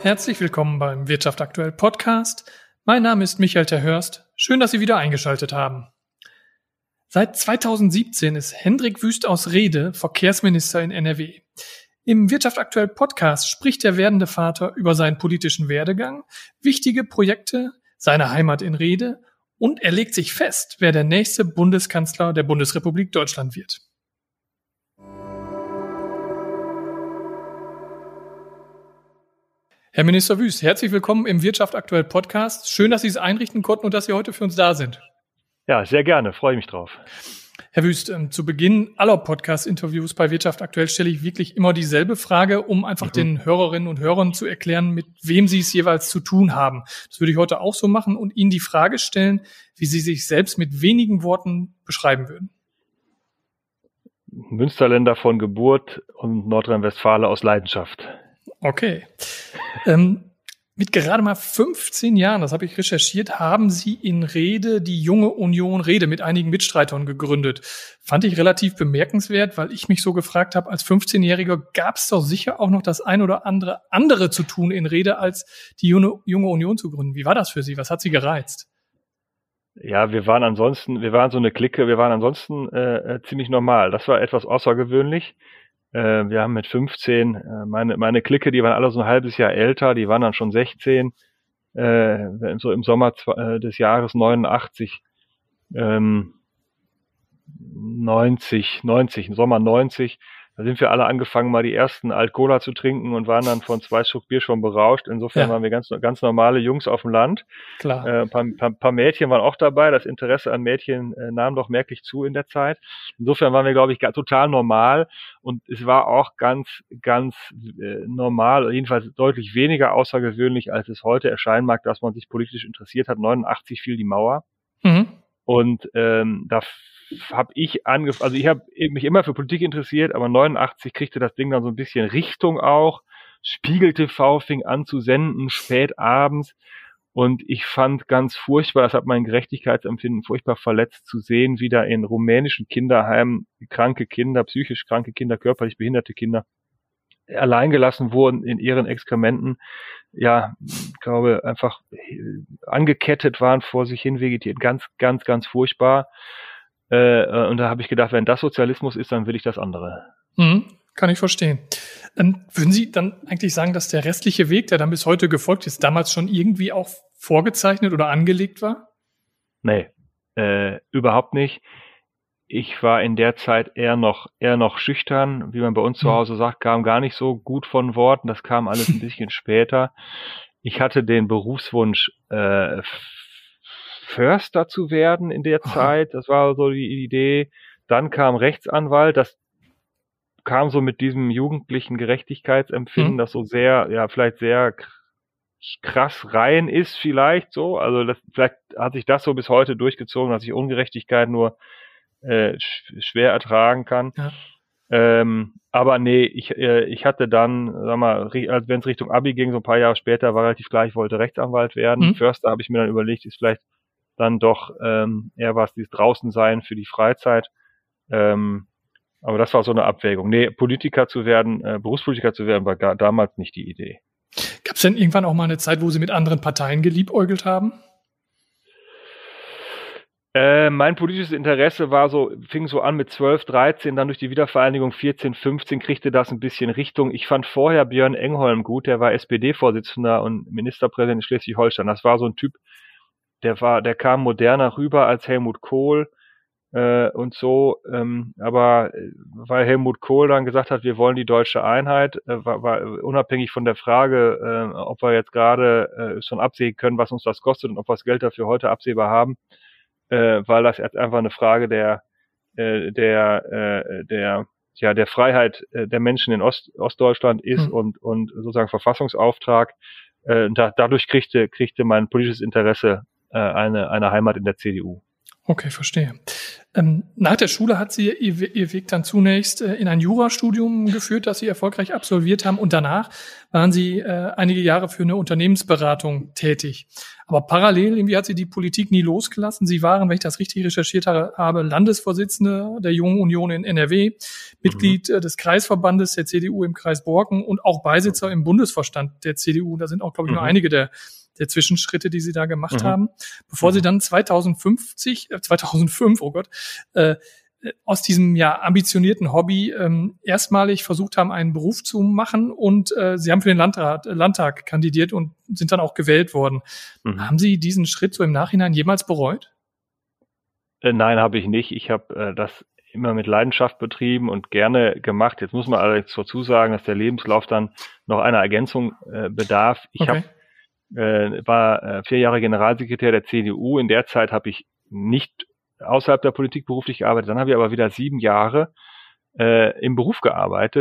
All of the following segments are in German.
Herzlich willkommen beim Wirtschaft aktuell Podcast. Mein Name ist Michael Terhörst. Schön, dass Sie wieder eingeschaltet haben. Seit 2017 ist Hendrik Wüst aus Rede Verkehrsminister in NRW. Im Wirtschaft aktuell Podcast spricht der werdende Vater über seinen politischen Werdegang, wichtige Projekte, seine Heimat in Rede und er legt sich fest, wer der nächste Bundeskanzler der Bundesrepublik Deutschland wird. Herr Minister Wüst, herzlich willkommen im Wirtschaft aktuell Podcast. Schön, dass Sie es einrichten konnten und dass Sie heute für uns da sind. Ja, sehr gerne, freue mich drauf. Herr Wüst, zu Beginn aller Podcast-Interviews bei Wirtschaft aktuell stelle ich wirklich immer dieselbe Frage, um einfach den Hörerinnen und Hörern zu erklären, mit wem Sie es jeweils zu tun haben. Das würde ich heute auch so machen und Ihnen die Frage stellen, wie Sie sich selbst mit wenigen Worten beschreiben würden. Münsterländer von Geburt und Nordrhein-Westfalen aus Leidenschaft. Okay. Mit gerade mal 15 Jahren, das habe ich recherchiert, haben Sie in Rede die Junge Union Rede mit einigen Mitstreitern gegründet. Fand ich relativ bemerkenswert, weil ich mich so gefragt habe, als 15-Jähriger gab es doch sicher auch noch das ein oder andere zu tun in Rede, als die Junge Union zu gründen. Wie war das für Sie? Was hat Sie gereizt? Ja, wir waren so eine Clique, wir waren ansonsten ziemlich normal. Das war etwas außergewöhnlich. Wir haben mit 15, meine Clique, die waren alle so ein halbes Jahr älter, die waren dann schon 16, so im Sommer des Jahres 89, 90, im Sommer 90. Da sind wir alle angefangen, mal die ersten Alt-Cola zu trinken und waren dann von 2 Schluck Bier schon berauscht. Insofern waren wir ganz normale Jungs auf dem Land. Klar. Paar Mädchen waren auch dabei. Das Interesse an Mädchen nahm doch merklich zu in der Zeit. Insofern waren wir, glaube ich, total normal. Und es war auch ganz normal, jedenfalls deutlich weniger außergewöhnlich, als es heute erscheinen mag, dass man sich politisch interessiert hat. 89 fiel die Mauer. Mhm. Und da habe ich habe mich immer für Politik interessiert, aber 89 kriegte das Ding dann so ein bisschen Richtung auch. Spiegel TV fing an zu senden, spät abends. Und ich fand ganz furchtbar, das hat mein Gerechtigkeitsempfinden furchtbar verletzt, zu sehen, wie da in rumänischen Kinderheimen kranke Kinder, psychisch kranke Kinder, körperlich behinderte Kinder alleingelassen wurden in ihren Exkrementen, ja, ich glaube, einfach angekettet waren, vor sich hin vegetiert. Ganz furchtbar. Und da habe ich gedacht, wenn das Sozialismus ist, dann will ich das andere. Kann ich verstehen. Würden Sie dann eigentlich sagen, dass der restliche Weg, der dann bis heute gefolgt ist, damals schon irgendwie auch vorgezeichnet oder angelegt war? Nee, überhaupt nicht. Ich war in der Zeit eher noch schüchtern, wie man bei uns zu Hause sagt, kam gar nicht so gut von Worten. Das kam alles ein bisschen später. Ich hatte den Berufswunsch, Förster zu werden in der Zeit. Das war so die Idee. Dann kam Rechtsanwalt. Das kam so mit diesem jugendlichen Gerechtigkeitsempfinden, das so sehr, vielleicht sehr krass rein ist vielleicht so. Also vielleicht hat sich das so bis heute durchgezogen, dass ich Ungerechtigkeit nur schwer ertragen kann. Ja. Aber nee, ich hatte dann, sag mal, wenn es Richtung Abi ging, so ein paar Jahre später, war relativ klar, ich wollte Rechtsanwalt werden. Förster habe ich mir dann überlegt, ist vielleicht dann doch eher was, dieses Draußensein für die Freizeit. Aber das war so eine Abwägung. Nee, Berufspolitiker zu werden, war damals nicht die Idee. Gab es denn irgendwann auch mal eine Zeit, wo Sie mit anderen Parteien geliebäugelt haben? Mein politisches Interesse fing so an mit 12, 13, dann durch die Wiedervereinigung 14, 15 kriegte das ein bisschen Richtung. Ich fand vorher Björn Engholm gut, der war SPD-Vorsitzender und Ministerpräsident in Schleswig-Holstein. Das war so ein Typ, der kam moderner rüber als Helmut Kohl und so. Aber weil Helmut Kohl dann gesagt hat, wir wollen die deutsche Einheit, war unabhängig von der Frage, ob wir jetzt gerade schon absehen können, was uns das kostet und ob wir das Geld dafür heute absehbar haben, weil das jetzt einfach eine Frage der Freiheit der Menschen in Ostdeutschland ist und sozusagen Verfassungsauftrag. Dadurch kriegte mein politisches Interesse eine Heimat in der CDU. Okay, verstehe. Nach der Schule hat sie ihr Weg dann zunächst in ein Jurastudium geführt, das Sie erfolgreich absolviert haben. Und danach waren Sie einige Jahre für eine Unternehmensberatung tätig. Aber parallel irgendwie hat Sie die Politik nie losgelassen. Sie waren, wenn ich das richtig recherchiert habe, Landesvorsitzende der Jungen Union in NRW, Mitglied des Kreisverbandes der CDU im Kreis Borken und auch Beisitzer im Bundesvorstand der CDU. Da sind auch, glaube ich, nur einige der Zwischenschritte, die Sie da gemacht haben, bevor Sie dann 2005, aus diesem ambitionierten Hobby erstmalig versucht haben, einen Beruf zu machen und Sie haben für den Landtag kandidiert und sind dann auch gewählt worden. Haben Sie diesen Schritt so im Nachhinein jemals bereut? Nein, habe ich nicht. Ich habe das immer mit Leidenschaft betrieben und gerne gemacht. Jetzt muss man allerdings dazu sagen, dass der Lebenslauf dann noch einer Ergänzung bedarf. Ich war 4 Jahre Generalsekretär der CDU. In der Zeit habe ich nicht außerhalb der Politik beruflich gearbeitet. Dann habe ich aber wieder 7 Jahre im Beruf gearbeitet,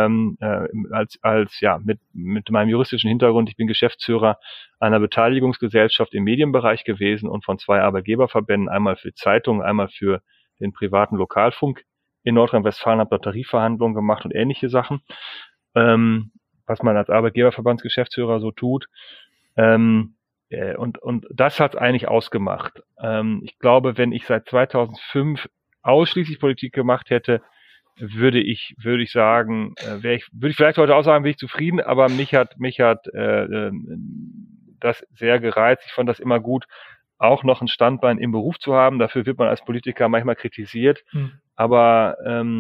mit meinem juristischen Hintergrund. Ich bin Geschäftsführer einer Beteiligungsgesellschaft im Medienbereich gewesen und von 2 Arbeitgeberverbänden, einmal für Zeitungen, einmal für den privaten Lokalfunk in Nordrhein-Westfalen, habe dort Tarifverhandlungen gemacht und ähnliche Sachen, was man als Arbeitgeberverbandsgeschäftsführer so tut. Und das hat es eigentlich ausgemacht. Ich glaube, wenn ich seit 2005 ausschließlich Politik gemacht hätte, würde ich sagen, würde ich vielleicht heute auch sagen, bin ich zufrieden, aber mich hat das sehr gereizt. Ich fand das immer gut, auch noch ein Standbein im Beruf zu haben. Dafür wird man als Politiker manchmal kritisiert. Aber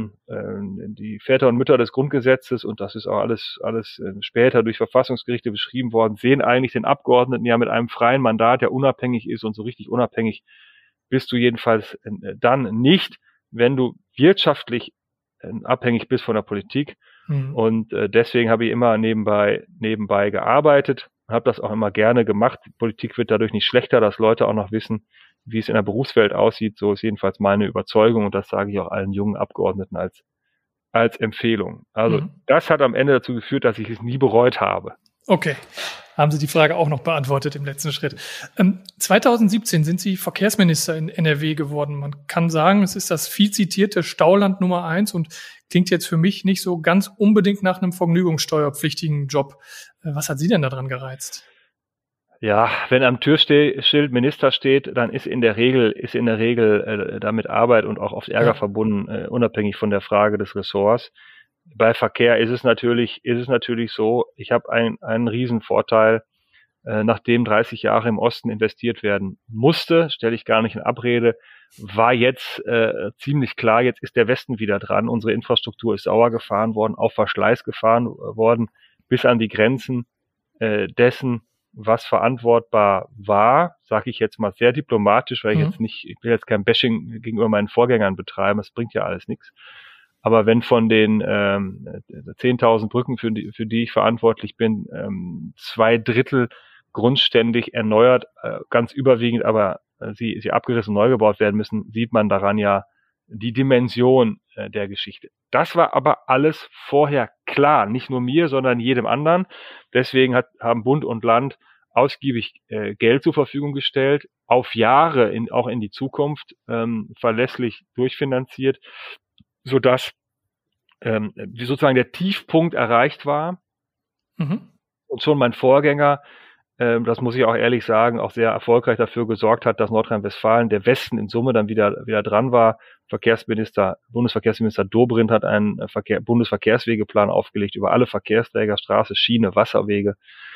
die Väter und Mütter des Grundgesetzes, und das ist auch alles später durch Verfassungsgerichte beschrieben worden, sehen eigentlich den Abgeordneten ja mit einem freien Mandat, der unabhängig ist, und so richtig unabhängig bist du jedenfalls dann nicht, wenn du wirtschaftlich abhängig bist von der Politik. Und deswegen habe ich immer nebenbei gearbeitet, habe das auch immer gerne gemacht. Die Politik wird dadurch nicht schlechter, dass Leute auch noch wissen, wie es in der Berufswelt aussieht. So ist jedenfalls meine Überzeugung, und das sage ich auch allen jungen Abgeordneten als Empfehlung. Also das hat am Ende dazu geführt, dass ich es nie bereut habe. Okay, haben Sie die Frage auch noch beantwortet im letzten Schritt. 2017 sind Sie Verkehrsminister in NRW geworden. Man kann sagen, es ist das viel zitierte Stauland Nummer 1 und klingt jetzt für mich nicht so ganz unbedingt nach einem vergnügungssteuerpflichtigen Job. Was hat Sie denn daran gereizt? Ja, wenn am Türschild Minister steht, dann ist in der Regel damit Arbeit und auch oft Ärger verbunden, unabhängig von der Frage des Ressorts. Bei Verkehr ist es natürlich so, ich habe einen Riesenvorteil, nachdem 30 Jahre im Osten investiert werden musste, stelle ich gar nicht in Abrede, war jetzt ziemlich klar, jetzt ist der Westen wieder dran. Unsere Infrastruktur ist sauer gefahren worden, auf Verschleiß gefahren worden, bis an die Grenzen dessen, was verantwortbar war, sage ich jetzt mal sehr diplomatisch, weil ich will jetzt kein Bashing gegenüber meinen Vorgängern betreiben, das bringt ja alles nichts. Aber wenn von den 10.000 Brücken, für die ich verantwortlich bin, 2/3 grundständig erneuert, ganz überwiegend, aber sie abgerissen neu gebaut werden müssen, sieht man daran ja die Dimension der Geschichte. Das war aber alles vorher klar, nicht nur mir, sondern jedem anderen. Deswegen haben Bund und Land ausgiebig Geld zur Verfügung gestellt, auf Jahre auch in die Zukunft verlässlich durchfinanziert, sodass sozusagen der Tiefpunkt erreicht war. Und schon mein Vorgänger, das muss ich auch ehrlich sagen, auch sehr erfolgreich dafür gesorgt hat, dass Nordrhein-Westfalen, der Westen in Summe dann wieder dran war. Bundesverkehrsminister Dobrindt hat einen Bundesverkehrswegeplan aufgelegt über alle Verkehrsträger, Straße, Schiene, Wasserwege,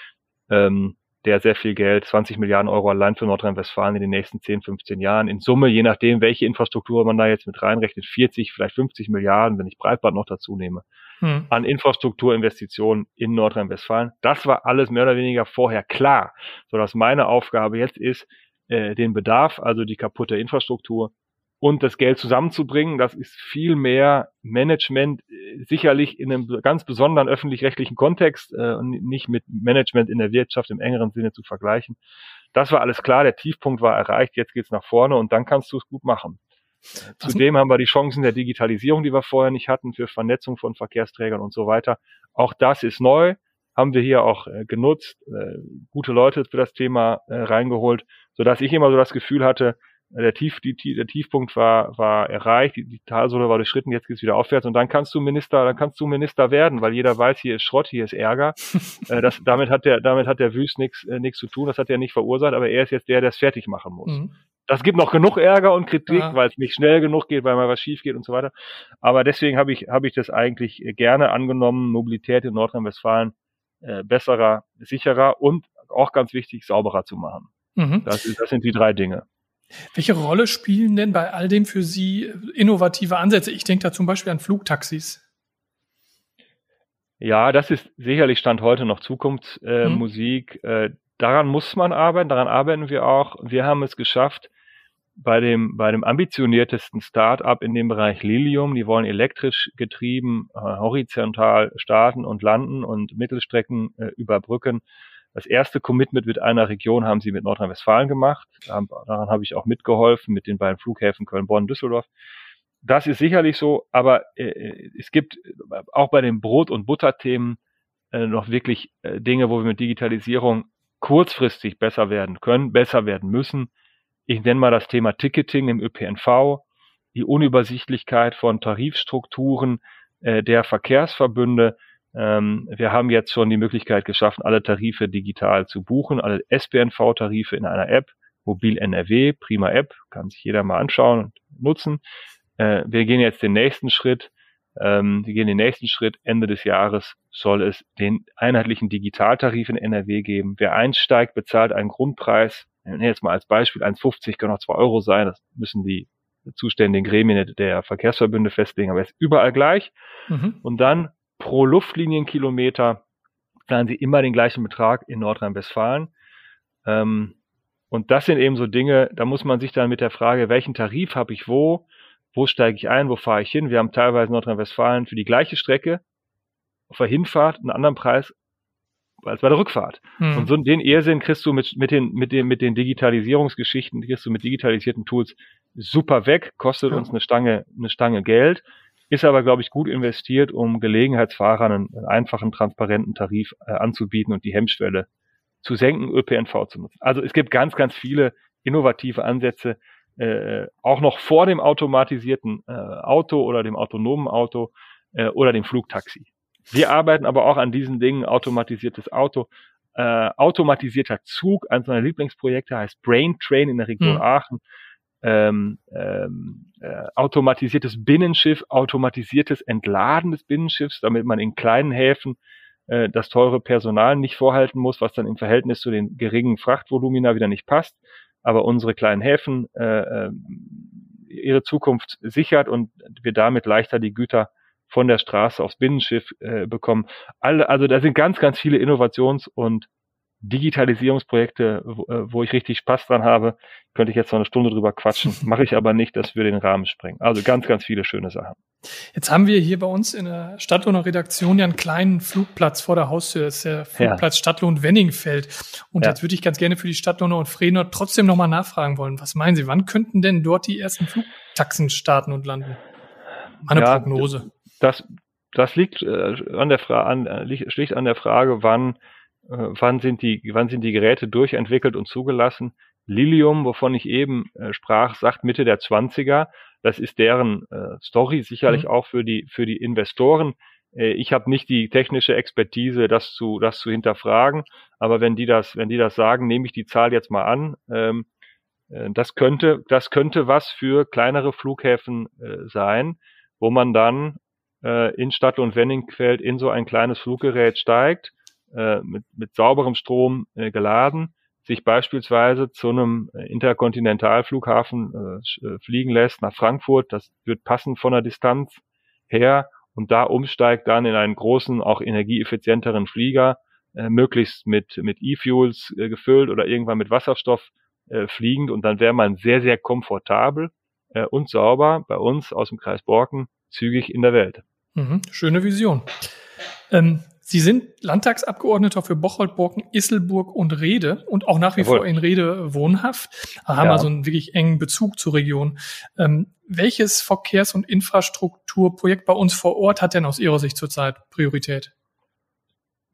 der sehr viel Geld, 20 Milliarden Euro allein für Nordrhein-Westfalen in den nächsten 10, 15 Jahren. In Summe, je nachdem, welche Infrastruktur man da jetzt mit reinrechnet, 40, vielleicht 50 Milliarden, wenn ich Breitband noch dazu nehme, an Infrastrukturinvestitionen in Nordrhein-Westfalen. Das war alles mehr oder weniger vorher klar, sodass meine Aufgabe jetzt ist, den Bedarf, also die kaputte Infrastruktur und das Geld zusammenzubringen. Das ist viel mehr Management, sicherlich in einem ganz besonderen öffentlich-rechtlichen Kontext und nicht mit Management in der Wirtschaft im engeren Sinne zu vergleichen. Das war alles klar, der Tiefpunkt war erreicht, jetzt geht's nach vorne und dann kannst du es gut machen. Zudem haben wir die Chancen der Digitalisierung, die wir vorher nicht hatten, für Vernetzung von Verkehrsträgern und so weiter. Auch das ist neu, haben wir hier auch genutzt, gute Leute für das Thema reingeholt, sodass ich immer so das Gefühl hatte, Der Tiefpunkt war erreicht, die Talsohle war durchschritten, jetzt geht's wieder aufwärts und dann kannst du Minister werden, weil jeder weiß, hier ist Schrott, hier ist Ärger. Damit hat der Wüst nichts zu tun, das hat er nicht verursacht, aber er ist jetzt der es fertig machen muss. Mhm. Das gibt noch genug Ärger und Kritik, weil es nicht schnell genug geht, weil mal was schief geht und so weiter. Aber deswegen habe ich das eigentlich gerne angenommen, Mobilität in Nordrhein-Westfalen besserer, sicherer und auch ganz wichtig, sauberer zu machen. Mhm. Das sind die 3 Dinge. Welche Rolle spielen denn bei all dem für Sie innovative Ansätze? Ich denke da zum Beispiel an Flugtaxis. Ja, das ist sicherlich Stand heute noch Zukunftsmusik. Daran muss man arbeiten, daran arbeiten wir auch. Wir haben es geschafft, bei dem ambitioniertesten Start-up in dem Bereich Lilium, die wollen elektrisch getrieben, horizontal starten und landen und Mittelstrecken überbrücken. Das erste Commitment mit einer Region haben sie mit Nordrhein-Westfalen gemacht. Daran habe ich auch mitgeholfen mit den beiden Flughäfen Köln, Bonn, Düsseldorf. Das ist sicherlich so, aber es gibt auch bei den Brot- und Butterthemen noch wirklich Dinge, wo wir mit Digitalisierung kurzfristig besser werden können, besser werden müssen. Ich nenne mal das Thema Ticketing im ÖPNV, die Unübersichtlichkeit von Tarifstrukturen der Verkehrsverbünde. Wir haben jetzt schon die Möglichkeit geschaffen, alle Tarife digital zu buchen, alle SPNV-Tarife in einer App, Mobil NRW, prima App, kann sich jeder mal anschauen und nutzen. Wir gehen jetzt den nächsten Schritt. Ende des Jahres soll es den einheitlichen Digitaltarif in NRW geben. Wer einsteigt, bezahlt einen Grundpreis. Jetzt mal als Beispiel 1,50 können auch 2 Euro sein. Das müssen die zuständigen Gremien der Verkehrsverbünde festlegen, aber es ist überall gleich. Mhm. Und dann pro Luftlinienkilometer zahlen sie immer den gleichen Betrag in Nordrhein-Westfalen. Und das sind eben so Dinge, da muss man sich dann mit der Frage, welchen Tarif habe ich wo steige ich ein, wo fahre ich hin? Wir haben teilweise in Nordrhein-Westfalen für die gleiche Strecke auf der Hinfahrt einen anderen Preis als bei der Rückfahrt. Mhm. Und so den Irrsinn kriegst du mit den Digitalisierungsgeschichten, kriegst du mit digitalisierten Tools super weg, kostet uns eine Stange Geld, ist aber, glaube ich, gut investiert, um Gelegenheitsfahrern einen einfachen, transparenten Tarif anzubieten und die Hemmschwelle zu senken, ÖPNV zu nutzen. Also es gibt ganz, ganz viele innovative Ansätze, auch noch vor dem automatisierten Auto oder dem autonomen Auto oder dem Flugtaxi. Wir arbeiten aber auch an diesen Dingen, automatisiertes Auto, automatisierter Zug, eines meiner Lieblingsprojekte heißt Brain Train in der Region Aachen, automatisiertes Binnenschiff, automatisiertes Entladen des Binnenschiffs, damit man in kleinen Häfen das teure Personal nicht vorhalten muss, was dann im Verhältnis zu den geringen Frachtvolumina wieder nicht passt, aber unsere kleinen Häfen ihre Zukunft sichert und wir damit leichter die Güter von der Straße aufs Binnenschiff bekommen. Also da sind ganz, ganz viele Innovations- und Digitalisierungsprojekte, wo ich richtig Spaß dran habe. Könnte ich jetzt noch eine Stunde drüber quatschen. Mache ich aber nicht, das würde den Rahmen sprengen. Also ganz, ganz viele schöne Sachen. Jetzt haben wir hier bei uns in der Stadtlohner Redaktion ja einen kleinen Flugplatz vor der Haustür. Das ist der Flugplatz Stadtlohn-Wenningfeld. Und jetzt würde ich ganz gerne für die Stadtlohner und Frener trotzdem nochmal nachfragen wollen. Was meinen Sie, wann könnten denn dort die ersten Flugtaxen starten und landen? Eine Prognose. Das liegt schlicht an der Frage, wann sind die Geräte durchentwickelt und zugelassen. Lilium, wovon ich eben sprach, sagt Mitte der 20er. Das ist deren Story, sicherlich auch für die Investoren. Ich habe nicht die technische Expertise, das zu hinterfragen. Aber wenn die das sagen, nehme ich die Zahl jetzt mal an. Das könnte was für kleinere Flughäfen sein, wo man dann in Stadtlohn-Wenningfeld in so ein kleines Fluggerät steigt, mit sauberem Strom geladen, sich beispielsweise zu einem Interkontinentalflughafen fliegen lässt nach Frankfurt. Das wird passen von der Distanz her und da umsteigt dann in einen großen, auch energieeffizienteren Flieger, möglichst mit E-Fuels gefüllt oder irgendwann mit Wasserstoff fliegend und dann wäre man sehr, sehr komfortabel und sauber bei uns aus dem Kreis Borken zügig in der Welt. Schöne Vision. Sie sind Landtagsabgeordneter für Bocholt, Borken, Isselburg und Rhede und auch nach wie vor in Rhede wohnhaft, haben also einen wirklich engen Bezug zur Region. Welches Verkehrs- und Infrastrukturprojekt bei uns vor Ort hat denn aus Ihrer Sicht zurzeit Priorität?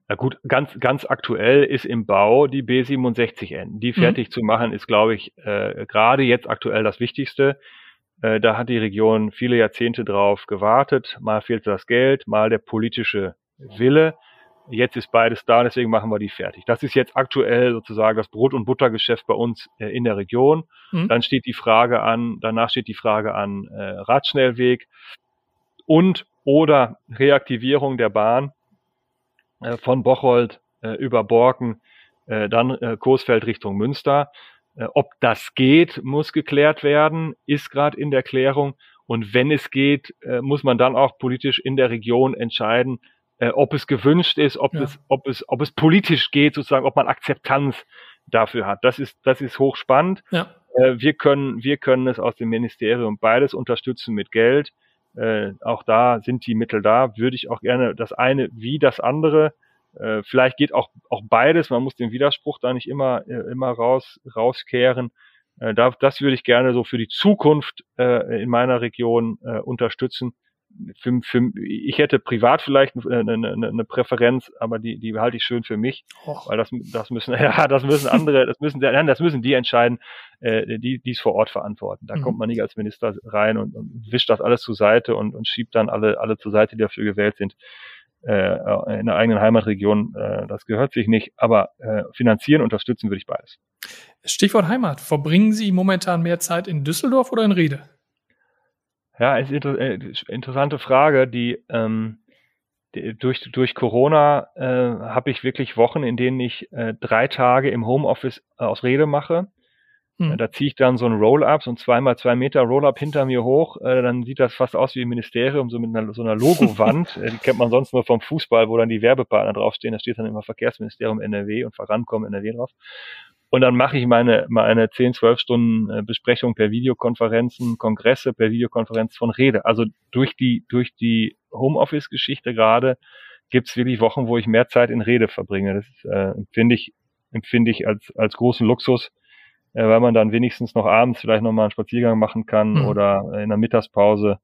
Na gut, ganz aktuell ist im Bau die B67N. Die fertig zu machen ist, glaube ich, gerade jetzt aktuell das Wichtigste. Da hat die Region viele Jahrzehnte drauf gewartet. Mal fehlte das Geld, mal der politische Wille. Jetzt ist beides da, deswegen machen wir die fertig. Das ist jetzt aktuell sozusagen das Brot- und Buttergeschäft bei uns in der Region. Dann steht die Frage an, danach steht die Frage an Radschnellweg und oder Reaktivierung der Bahn von Bocholt über Borken, dann Coesfeld Richtung Münster. Ob das geht, muss geklärt werden, ist gerade in der Klärung. Und wenn es geht, muss man dann auch politisch in der Region entscheiden, ob es gewünscht ist, ob es politisch geht, sozusagen, ob man Akzeptanz dafür hat. Das ist hochspannend. Ja. Wir können es aus dem Ministerium beides unterstützen mit Geld. Auch da sind die Mittel da. Würde ich auch gerne das eine wie das andere. Vielleicht geht auch beides. Man muss den Widerspruch da nicht immer rauskehren. Das würde ich gerne so für die Zukunft in meiner Region unterstützen. Ich hätte privat vielleicht eine Präferenz, aber die halte ich schön für mich, weil das müssen die entscheiden, die es vor Ort verantworten. Da kommt man nicht als Minister rein und wischt das alles zur Seite und schiebt dann alle zur Seite, die dafür gewählt sind, in der eigenen Heimatregion. Das gehört sich nicht, aber finanzieren, unterstützen würde ich beides. Stichwort Heimat. Verbringen Sie momentan mehr Zeit in Düsseldorf oder in Rhede? Ja, es ist interessante Frage, die durch Corona habe ich wirklich Wochen, in denen ich 3 Tage im Homeoffice aus Rhede mache. Da ziehe ich dann so ein Roll-Up, so ein 2x2 Meter Roll-Up hinter mir hoch. Dann sieht das fast aus wie im Ministerium, so mit so einer Logowand. Die kennt man sonst nur vom Fußball, wo dann die Werbepartner draufstehen. Da steht dann immer Verkehrsministerium NRW und Vorankommen NRW drauf. Und dann mache ich meine 10-12 Stunden Besprechung per Videokonferenzen, Kongresse per Videokonferenz von Rhede. Also durch die Homeoffice-Geschichte gerade gibt's wirklich Wochen, wo ich mehr Zeit in Rhede verbringe. Das empfinde ich als großen Luxus, weil man dann wenigstens noch abends vielleicht noch mal einen Spaziergang machen kann oder in der Mittagspause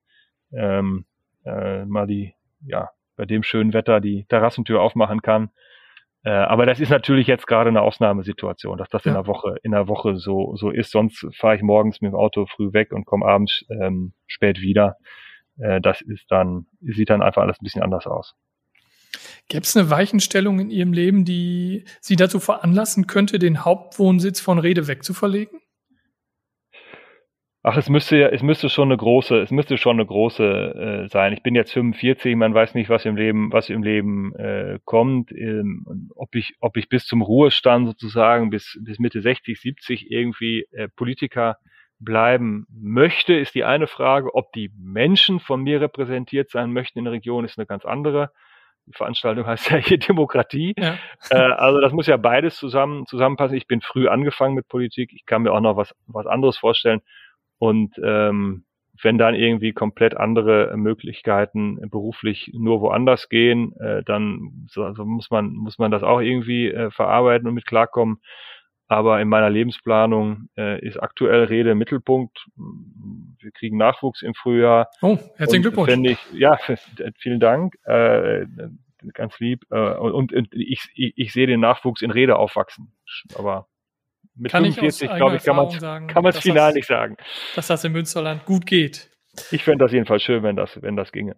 mal bei dem schönen Wetter die Terrassentür aufmachen kann. Aber das ist natürlich jetzt gerade eine Ausnahmesituation, dass das in der Woche so ist. Sonst fahre ich morgens mit dem Auto früh weg und komme abends spät wieder. Sieht dann einfach alles ein bisschen anders aus. Gäbe es eine Weichenstellung in Ihrem Leben, die Sie dazu veranlassen könnte, den Hauptwohnsitz von Rhede wegzuverlegen? Ach, es müsste schon eine große sein. Ich bin jetzt 45, man weiß nicht, was im Leben kommt. Ob ich bis zum Ruhestand sozusagen bis Mitte 60, 70 irgendwie Politiker bleiben möchte, ist die eine Frage. Ob die Menschen von mir repräsentiert sein möchten in der Region, ist eine ganz andere. Die Veranstaltung heißt ja hier Demokratie. Ja. Also das muss ja beides zusammenpassen. Ich bin früh angefangen mit Politik. Ich kann mir auch noch was anderes vorstellen. Und wenn dann irgendwie komplett andere Möglichkeiten beruflich nur woanders gehen, dann muss man das auch irgendwie verarbeiten und mit klarkommen. Aber in meiner Lebensplanung ist aktuell Rhede im Mittelpunkt. Wir kriegen Nachwuchs im Frühjahr. Oh, herzlichen Glückwunsch. Vielen Dank. Ganz lieb. Und ich sehe den Nachwuchs in Rhede aufwachsen. Aber mit 45, glaube ich, kann man es final nicht sagen. Dass das im Münsterland gut geht. Ich fände das jedenfalls schön, wenn das ginge.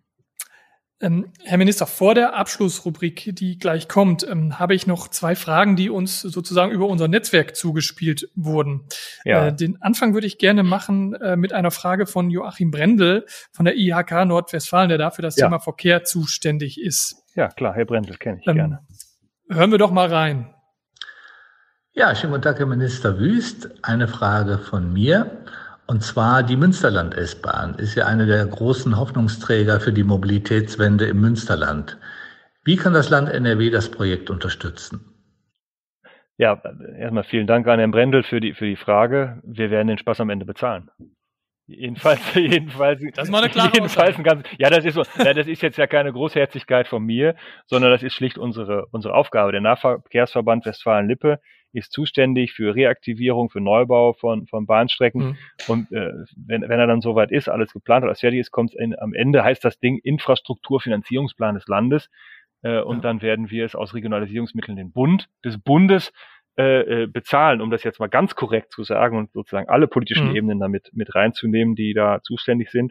Herr Minister, vor der Abschlussrubrik, die gleich kommt, habe ich noch 2 Fragen, die uns sozusagen über unser Netzwerk zugespielt wurden. Ja. Den Anfang würde ich gerne machen mit einer Frage von Joachim Brendel von der IHK Nordwestfalen, der dafür das Thema Verkehr zuständig ist. Ja, klar, Herr Brendel kenne ich gerne. Hören wir doch mal rein. Ja, schönen guten Tag, Herr Minister Wüst. Eine Frage von mir. Und zwar die Münsterland-S-Bahn ist ja eine der großen Hoffnungsträger für die Mobilitätswende im Münsterland. Wie kann das Land NRW das Projekt unterstützen? Ja, erstmal vielen Dank an Herrn Brendel für die Frage. Wir werden den Spaß am Ende bezahlen. Jedenfalls. Das ist mal eine klare Aussage. Das ist jetzt ja keine Großherzigkeit von mir, sondern das ist schlicht unsere Aufgabe. Der Nahverkehrsverband Westfalen-Lippe ist zuständig für Reaktivierung, für Neubau von Bahnstrecken. Und wenn er dann soweit ist, alles geplant hat, alles fertig ist, kommt am Ende, heißt das Ding Infrastrukturfinanzierungsplan des Landes. und dann werden wir es aus Regionalisierungsmitteln des Bundes bezahlen, um das jetzt mal ganz korrekt zu sagen und sozusagen alle politischen Ebenen damit mit reinzunehmen, die da zuständig sind.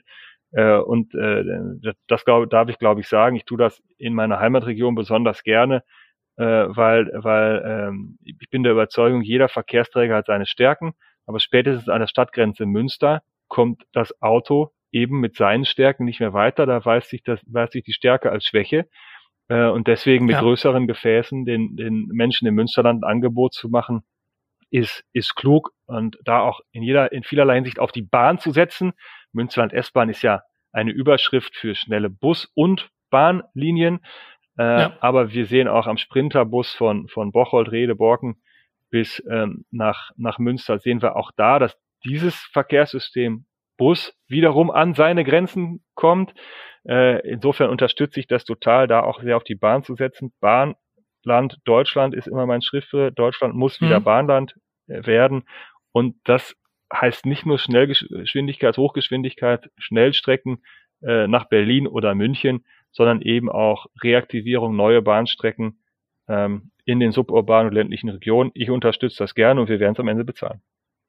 Das darf ich, glaube ich, sagen. Ich tue das in meiner Heimatregion besonders gerne, weil ich bin der Überzeugung, jeder Verkehrsträger hat seine Stärken, aber spätestens an der Stadtgrenze Münster kommt das Auto eben mit seinen Stärken nicht mehr weiter. Da weiß sich die Stärke als Schwäche. Und deswegen mit größeren Gefäßen den Menschen im Münsterland ein Angebot zu machen, ist klug und da auch in vielerlei Hinsicht auf die Bahn zu setzen. Münsterland S-Bahn ist ja eine Überschrift für schnelle Bus- und Bahnlinien. Aber wir sehen auch am Sprinterbus von Bocholt, Rehde, Borken bis nach Münster sehen wir auch da, dass dieses Verkehrssystem Bus wiederum an seine Grenzen kommt. Insofern unterstütze ich das total, da auch sehr auf die Bahn zu setzen. Bahnland Deutschland ist immer mein Schriftwort. Deutschland muss wieder Bahnland werden. Und das heißt nicht nur Schnellgeschwindigkeit, Hochgeschwindigkeit, Schnellstrecken nach Berlin oder München, sondern eben auch Reaktivierung, neue Bahnstrecken in den suburbanen und ländlichen Regionen. Ich unterstütze das gerne und wir werden es am Ende bezahlen.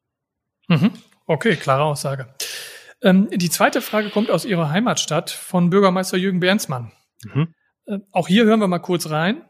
Okay, klare Aussage. Die zweite Frage kommt aus Ihrer Heimatstadt von Bürgermeister Jürgen Bernsmann. Auch hier hören wir mal kurz rein.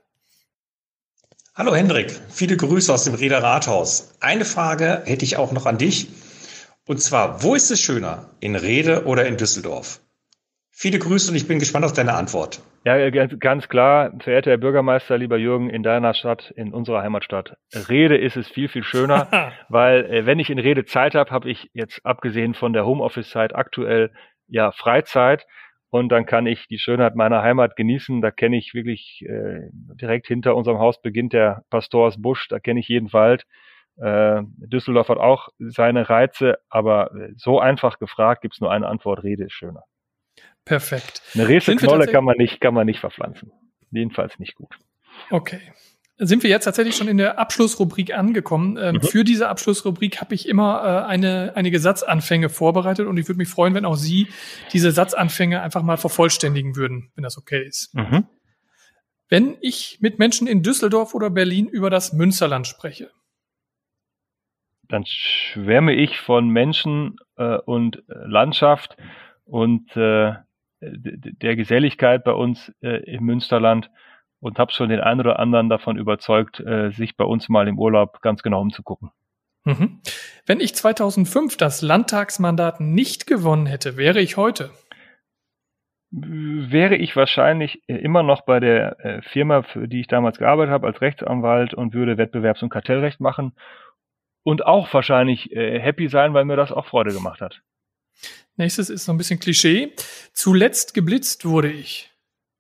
Hallo Hendrik, viele Grüße aus dem Rehder Rathaus. Eine Frage hätte ich auch noch an dich. Und zwar, wo ist es schöner, in Rehde oder in Düsseldorf? Viele Grüße und ich bin gespannt auf deine Antwort. Ja, ganz klar, verehrter Herr Bürgermeister, lieber Jürgen, in deiner Stadt, in unserer Heimatstadt. Rehde ist es viel, viel schöner, weil wenn ich in Rehde Zeit habe ich jetzt abgesehen von der Homeoffice-Zeit aktuell ja Freizeit und dann kann ich die Schönheit meiner Heimat genießen. Da kenne ich wirklich direkt hinter unserem Haus beginnt der Pastorsbusch, da kenne ich jeden Wald. Düsseldorf hat auch seine Reize, aber so einfach gefragt gibt's nur eine Antwort, Rehde ist schöner. Perfekt. Eine Rehknolle kann man nicht verpflanzen. Jedenfalls nicht gut. Okay. Sind wir jetzt tatsächlich schon in der Abschlussrubrik angekommen. Für diese Abschlussrubrik habe ich immer einige Satzanfänge vorbereitet und ich würde mich freuen, wenn auch Sie diese Satzanfänge einfach mal vervollständigen würden, wenn das okay ist. Wenn ich mit Menschen in Düsseldorf oder Berlin über das Münsterland spreche, dann schwärme ich von Menschen und Landschaft und der Geselligkeit bei uns im Münsterland und habe schon den einen oder anderen davon überzeugt, sich bei uns mal im Urlaub ganz genau umzugucken. Wenn ich 2005 das Landtagsmandat nicht gewonnen hätte, wäre ich heute? Wäre ich wahrscheinlich immer noch bei der Firma, für die ich damals gearbeitet habe, als Rechtsanwalt und würde Wettbewerbs- und Kartellrecht machen und auch wahrscheinlich happy sein, weil mir das auch Freude gemacht hat. Nächstes ist so ein bisschen Klischee. Zuletzt geblitzt wurde ich.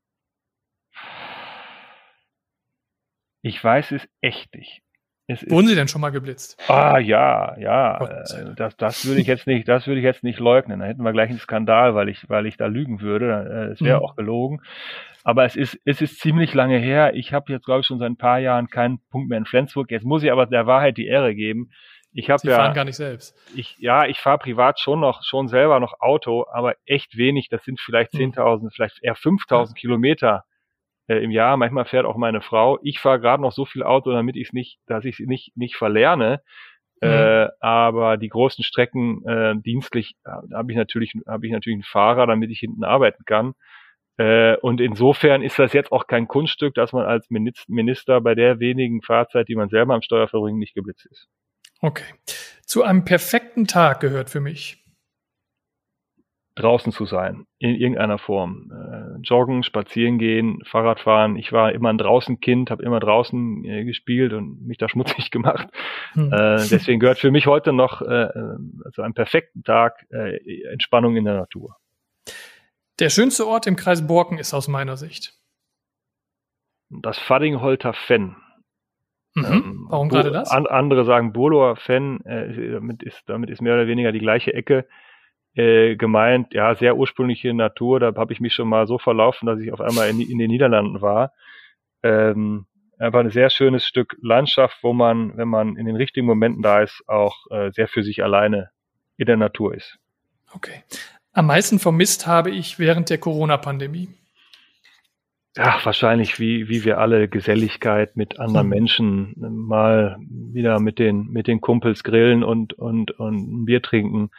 Ich weiß es echt nicht. Wurden Sie denn schon mal geblitzt? Ja. Das würde ich jetzt nicht leugnen. Da hätten wir gleich einen Skandal, weil ich da lügen würde. Es wäre auch gelogen. Aber es ist ziemlich lange her. Ich habe jetzt, glaube ich, schon seit ein paar Jahren keinen Punkt mehr in Flensburg. Jetzt muss ich aber der Wahrheit die Ehre geben. Sie fahren gar nicht selbst. Ich fahre privat schon selber noch Auto, aber echt wenig. Das sind vielleicht 10.000, vielleicht eher 5.000 Kilometer im Jahr. Manchmal fährt auch meine Frau. Ich fahre gerade noch so viel Auto, dass ich es nicht verlerne. Aber die großen Strecken dienstlich habe ich natürlich einen Fahrer, damit ich hinten arbeiten kann. Und insofern ist das jetzt auch kein Kunststück, dass man als Minister bei der wenigen Fahrzeit, die man selber am Steuer verbringt, nicht geblitzt ist. Okay. Zu einem perfekten Tag gehört für mich draußen zu sein, in irgendeiner Form. Joggen, spazieren gehen, Fahrrad fahren. Ich war immer ein Draußenkind, habe immer draußen gespielt und mich da schmutzig gemacht. Deswegen gehört für mich heute noch zu einem perfekten Tag Entspannung in der Natur. Der schönste Ort im Kreis Borken ist aus meiner Sicht das Faddingholter Fenn. Warum gerade das? Andere sagen Burloer Fenn, damit ist mehr oder weniger die gleiche Ecke gemeint. Ja, sehr ursprüngliche Natur, da habe ich mich schon mal so verlaufen, dass ich auf einmal in den Niederlanden war. Einfach ein sehr schönes Stück Landschaft, wo man, wenn man in den richtigen Momenten da ist, auch sehr für sich alleine in der Natur ist. Okay. Am meisten vermisst habe ich während der Corona-Pandemie. Ja, wahrscheinlich wie wir alle, Geselligkeit mit anderen Menschen, mal wieder mit den Kumpels grillen und ein Bier trinken.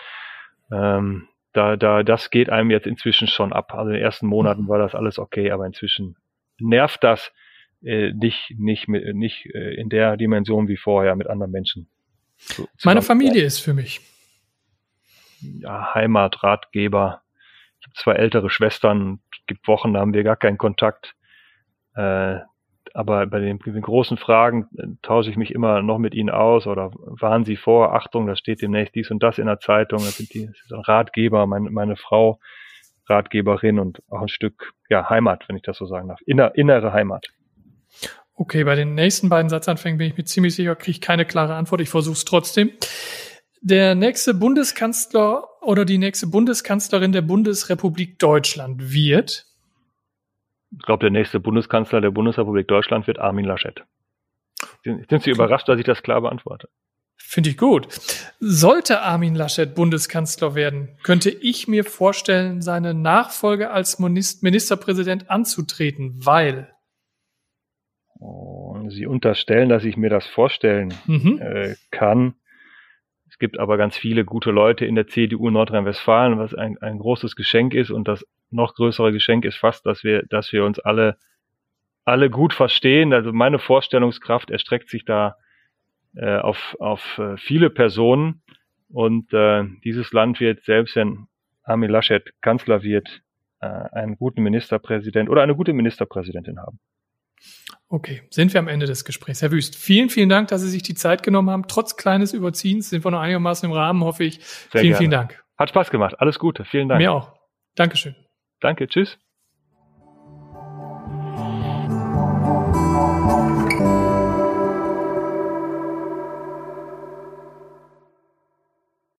Das geht einem jetzt inzwischen schon ab. Also in den ersten Monaten war das alles okay, aber inzwischen nervt das nicht in der Dimension wie vorher mit anderen Menschen. Meine Familie ist für mich. Ja, Heimat, Ratgeber. Ich habe 2 ältere Schwestern. Es gibt Wochen, da haben wir gar keinen Kontakt. Aber bei den großen Fragen tausche ich mich immer noch mit ihnen aus oder warnen sie vor, Achtung, da steht demnächst dies und das in der Zeitung. Das ist ein Ratgeber, meine Frau, Ratgeberin und auch ein Stück Heimat, wenn ich das so sagen darf. Innere Heimat. Okay, bei den nächsten beiden Satzanfängen bin ich mir ziemlich sicher, kriege ich keine klare Antwort. Ich versuche es trotzdem. Der nächste Bundeskanzler oder die nächste Bundeskanzlerin der Bundesrepublik Deutschland wird? Ich glaube, der nächste Bundeskanzler der Bundesrepublik Deutschland wird Armin Laschet. Sind Sie überrascht, dass ich das klar beantworte? Finde ich gut. Sollte Armin Laschet Bundeskanzler werden, könnte ich mir vorstellen, seine Nachfolge als Ministerpräsident anzutreten, weil... Sie unterstellen, dass ich mir das vorstellen kann. Es gibt aber ganz viele gute Leute in der CDU Nordrhein-Westfalen, was ein großes Geschenk ist, und das noch größere Geschenk ist fast, dass wir uns alle gut verstehen. Also meine Vorstellungskraft erstreckt sich da auf viele Personen, und dieses Land wird, selbst wenn Armin Laschet Kanzler wird, einen guten Ministerpräsident oder eine gute Ministerpräsidentin haben. Okay, sind wir am Ende des Gesprächs. Herr Wüst, vielen, vielen Dank, dass Sie sich die Zeit genommen haben. Trotz kleines Überziehens sind wir noch einigermaßen im Rahmen, hoffe ich. Vielen Dank. Hat Spaß gemacht. Alles Gute. Vielen Dank. Mir auch. Dankeschön. Danke. Tschüss.